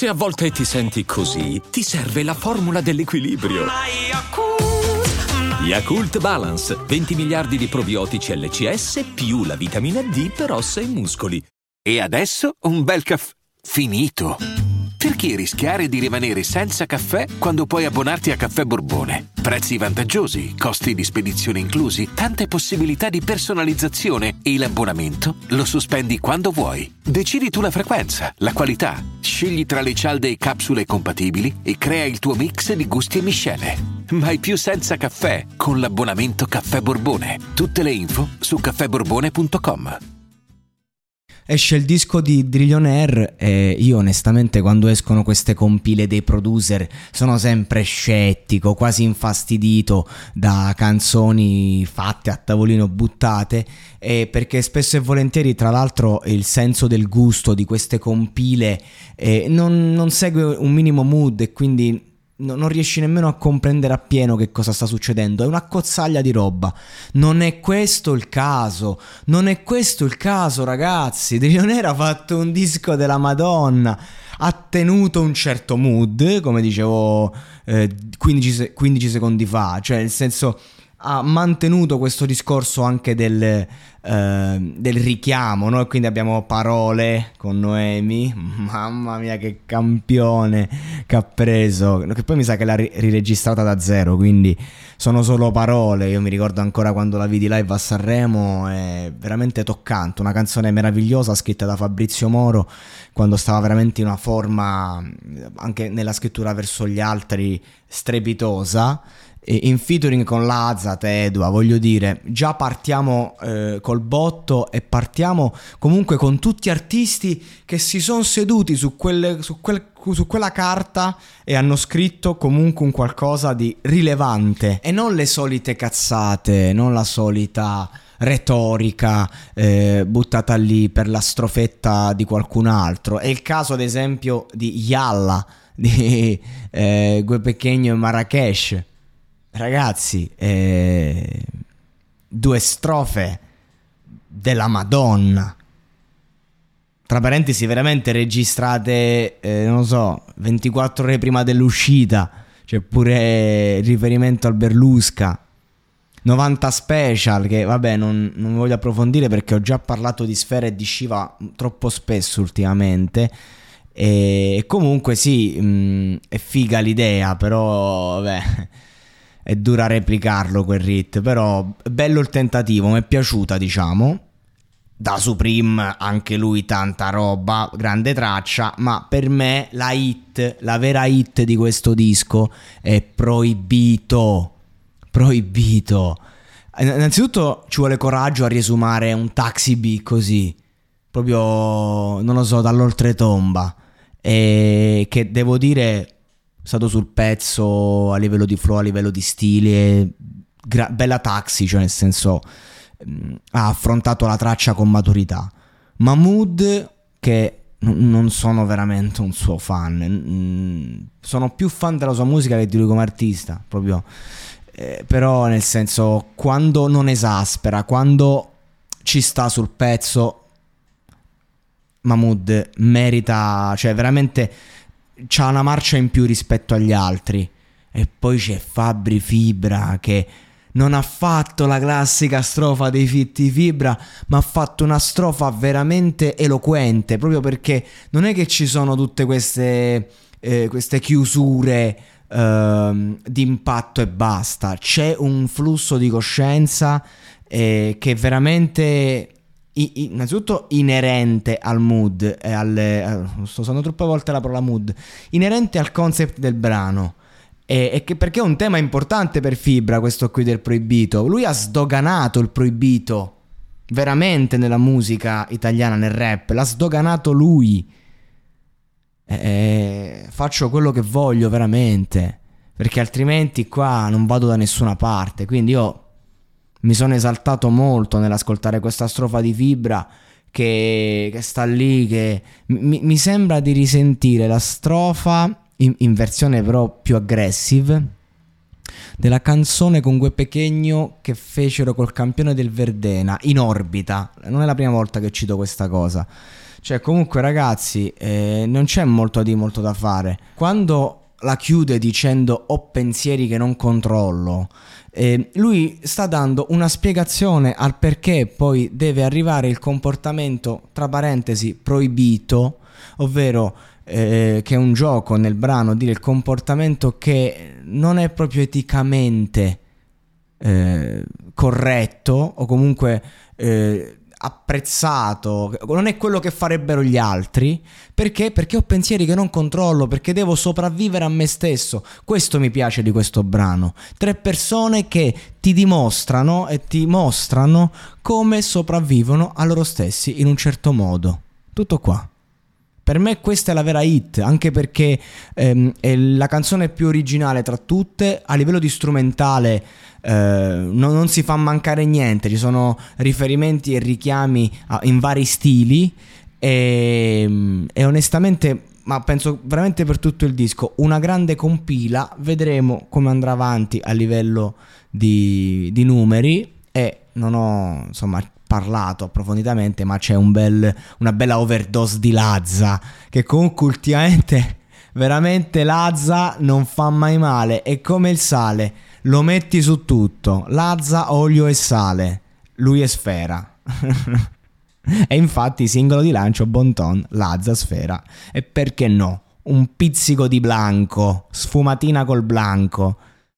Se a volte ti senti così, ti serve la formula dell'equilibrio. Yakult Balance, 20 miliardi di probiotici LCS più la vitamina D per ossa e muscoli. E adesso un bel caffè finito. Perché rischiare di rimanere senza caffè quando puoi abbonarti a Caffè Borbone? Prezzi vantaggiosi, costi di spedizione inclusi, tante possibilità di personalizzazione e l'abbonamento lo sospendi quando vuoi. Decidi tu la frequenza, la qualità, scegli tra le cialde e capsule compatibili e crea il tuo mix di gusti e miscele. Mai più senza caffè con l'abbonamento Caffè Borbone. Tutte le info su caffèborbone.com. Esce il disco di Drillionaire e io onestamente quando escono queste compile dei producer sono sempre scettico, quasi infastidito da canzoni fatte a tavolino buttate, perché spesso e volentieri tra l'altro il senso del gusto di queste compile non segue un minimo mood e quindi non riesci nemmeno a comprendere appieno che cosa sta succedendo. È una cozzaglia di roba. Non è questo il caso, ragazzi. Drillionaire ha fatto un disco della Madonna, ha tenuto un certo mood, come dicevo 15 secondi fa, cioè nel senso ha mantenuto questo discorso anche del richiamo, no? Quindi abbiamo Parole con Noemi, mamma mia che campione che ha preso, che poi mi sa che l'ha riregistrata da zero, quindi sono solo parole. Io mi ricordo ancora quando la vidi live a Sanremo, è veramente toccante, una canzone meravigliosa scritta da Fabrizio Moro quando stava veramente in una forma anche nella scrittura verso gli altri strepitosa, in featuring con Lazat e Edua. Voglio dire, già partiamo col botto e partiamo comunque con tutti artisti che si sono seduti su quella carta e hanno scritto comunque un qualcosa di rilevante e non le solite cazzate, non la solita retorica buttata lì per la strofetta di qualcun altro. È il caso ad esempio di Yalla di Gue Pequeno e Marrakesh. Ragazzi, 2 strofe della Madonna, tra parentesi veramente registrate non lo so 24 ore prima dell'uscita. C'è pure riferimento al Berlusca. 90 Special, che vabbè non voglio approfondire perché ho già parlato di Sfera e di Shiva troppo spesso ultimamente. E comunque sì, è figa l'idea, però vabbè, è dura replicarlo quel rit, però bello il tentativo, mi è piaciuta, diciamo. Da Supreme anche lui tanta roba, grande traccia, ma per me la vera hit di questo disco è Proibito. Innanzitutto ci vuole coraggio a riesumare un Taxi B così, proprio non lo so, dall'oltretomba, e che devo dire è stato sul pezzo a livello di flow, a livello di stile, bella Taxi, cioè nel senso ha affrontato la traccia con maturità. Mahmood, che non sono veramente un suo fan, sono più fan della sua musica che di lui come artista proprio, però nel senso quando non esaspera, quando ci sta sul pezzo, Mahmood merita, cioè veramente c'ha una marcia in più rispetto agli altri. E poi c'è Fabri Fibra che non ha fatto la classica strofa dei Fitti Fibra, ma ha fatto una strofa veramente eloquente, proprio perché non è che ci sono tutte queste chiusure di impatto e basta. C'è un flusso di coscienza che è veramente innanzitutto inerente al mood e sto usando troppe volte la parola mood, inerente al concept del brano, e che perché è un tema importante per Fibra, questo qui del proibito. Lui ha sdoganato il proibito veramente nella musica italiana, nel rap, l'ha sdoganato lui. Faccio quello che voglio veramente, perché altrimenti qua non vado da nessuna parte. Quindi io mi sono esaltato molto nell'ascoltare questa strofa di Fibra che sta lì, che mi sembra di risentire la strofa in versione però più aggressive della canzone con Gue Pequeno che fecero col campione del Verdena in orbita. Non è la prima volta che cito questa cosa. Cioè, comunque, ragazzi, non c'è molto da fare. Quando la chiude dicendo ho pensieri che non controllo, lui sta dando una spiegazione al perché poi deve arrivare il comportamento, tra parentesi, proibito, ovvero che è un gioco nel brano, dire il comportamento che non è proprio eticamente corretto o comunque apprezzato, non è quello che farebbero gli altri. Perché ho pensieri che non controllo, perché devo sopravvivere a me stesso. Questo mi piace di questo brano. 3 persone che ti dimostrano e ti mostrano come sopravvivono a loro stessi in un certo modo. Tutto qua. Per me questa è la vera hit, anche perché è la canzone più originale tra tutte. A livello di strumentale non si fa mancare niente, ci sono riferimenti e richiami in vari stili e onestamente, ma penso veramente per tutto il disco, una grande compila. Vedremo come andrà avanti a livello di numeri e non ho insomma parlato approfonditamente, ma c'è una bella overdose di Lazza, che comunque ultimamente veramente Lazza non fa mai male, è come il sale, lo metti su tutto. Lazza, olio e sale, lui è Sfera. E infatti singolo di lancio Bon Ton, Lazza, Sfera, e perché no un pizzico di Blanco, sfumatina col Blanco.